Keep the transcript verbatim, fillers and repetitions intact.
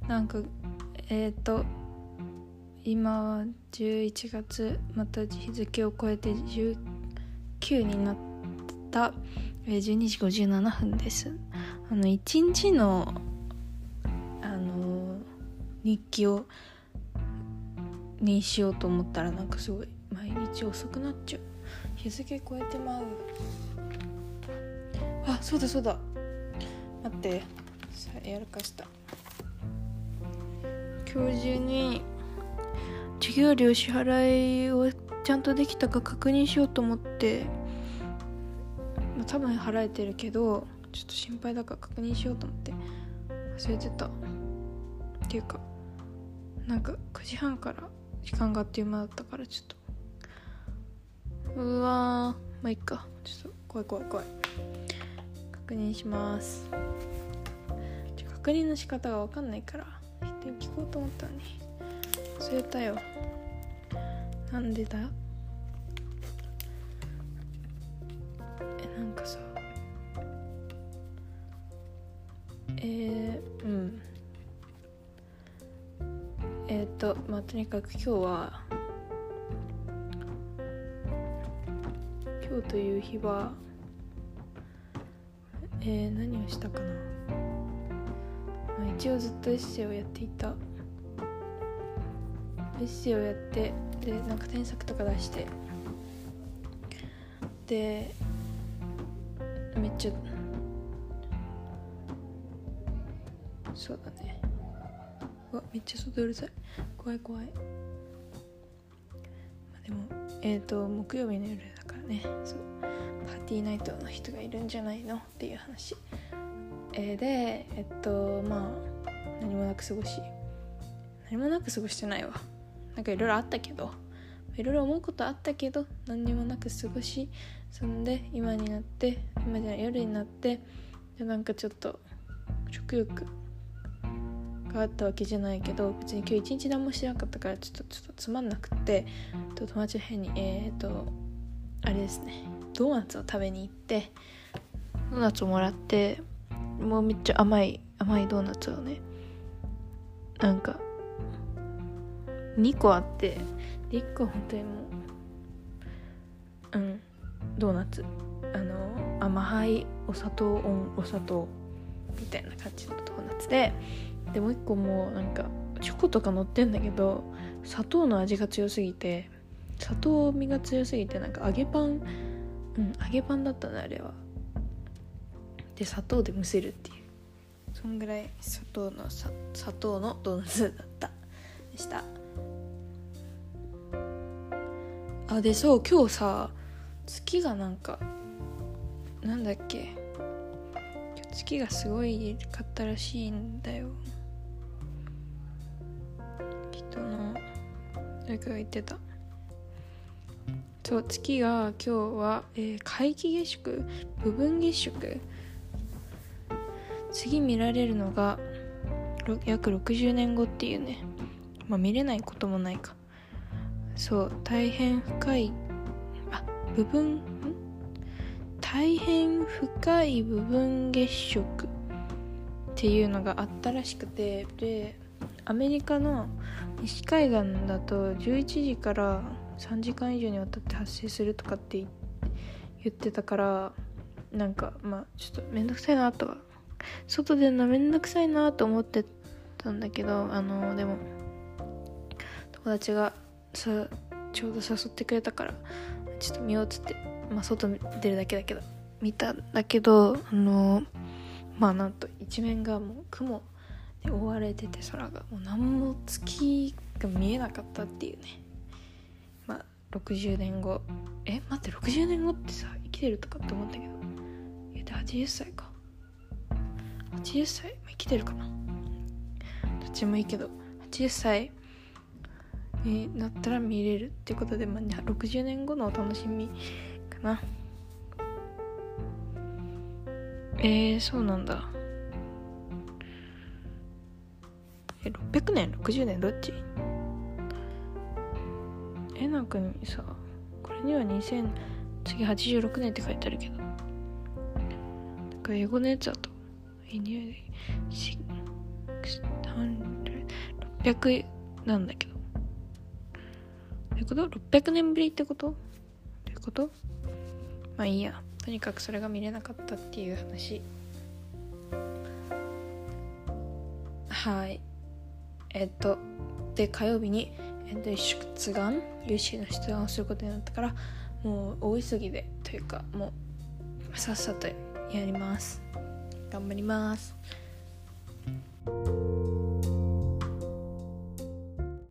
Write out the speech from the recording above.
なんかえっ、ー、と今はじゅういちがつ、また日付を超えてじゅうきゅうになった、えー、じゅうにじごじゅうななふんです。あのいちにちのあのー、日記をにしようと思ったらなんかすごい毎日遅くなっちゃう。日付超えてまう。あ、そうだそうだ、待って、さあやらかした。今日中に授業料支払いをちゃんとできたか確認しようと思って、まあ、多分払えてるけどちょっと心配だから確認しようと思って忘れてた。っていうかなんかくじはんから時間があっという間だったからちょっとうわーまあいっか、ちょっと怖い怖い怖い。確認します。ちょ確認の仕方が分かんないから人に聞こうと思ったのに忘れたよ。なんでだ。えなんかさえー、うんえっ、ー、とまあとにかく今日は今日という日はえー、何をしたかな、まあ、一応ずっとエッセイをやっていた。エッセイをやってでなんか添削とか出してでめっちゃそうだねうわめっちゃ外うるさい、怖い怖い。まあ、でもえっ、ー、と木曜日の夜だからね、そうパーティーナイトの人がいるんじゃないのっていう話、えー、でえっとまあ何もなく過ごし何もなく過ごしてないわ。なんかいろいろあったけどいろいろ思うことあったけど何にもなく過ごし、そんで今になって今じゃない夜になってでなんかちょっと食欲があったわけじゃないけど別に今日一日何もしてなかったからちょっとちょっとつまんなくってと友達の部屋にえーとあれですねドーナツを食べに行ってドーナツをもらってもうめっちゃ甘い甘いドーナツをねなんかにこあってでいっこは本当にもううんドーナツあの甘いお砂糖オンお砂糖みたいな感じのドーナツででもういっこもなんかチョコとか乗ってんだけど砂糖の味が強すぎて砂糖味が強すぎてなんか揚げパンうん揚げパンだったねあれは。で砂糖でむせるっていうそんぐらい砂糖のさ砂糖のドーナツだったでした。あでそう今日さ月がなんかなんだっけ今日月がすごいかったらしいんだよ。人の誰かが言ってた。そう月が今日は、えー、皆既月食部分月食次見られるのが約ろくじゅうねんごっていうね、まあ見れないこともないか。そう大変深いあ部分ん大変深い部分月食っていうのがあったらしくて、でアメリカの西海岸だとじゅういちじからさんじかん以上にわたって発生するとかって言ってたから、なんかまあちょっとめんどくさいなとは外でのめんどくさいなと思ってたんだけど、あのでも友達がさちょうど誘ってくれたからちょっと見ようっつって、まあ外出るだけだけど見たんだけど、あのまあなんと一面がもう雲で覆われてて空がもう何も月が見えなかったっていうね。まあろくじゅうねんごえ待ってろくじゅうねんごってさ生きてるとかって思ったけど言うてはちじゅっさいかはちじゅっさい生きてるかなどっちもいいけどはちじゅっさいになったら見れるってことで、まあ、ろくじゅうねんごのお楽しみかな。えー、そうなんだ。えろっぴゃくねんろくじゅうねんどっち？えなんかにさこれにはにせん次はちじゅうろくねんって書いてあるけど、なんか英語のやつだと何ろっぴゃくなんだけど、どういうこと？ ろっぴゃく 年ぶりってこと？どういうこと？まあいいや、とにかくそれが見れなかったっていう話。はい。えっとで火曜日に、えっと、出願 ユーシー の出願をすることになったから、もう大急ぎでというか、もうさっさとやります。頑張ります。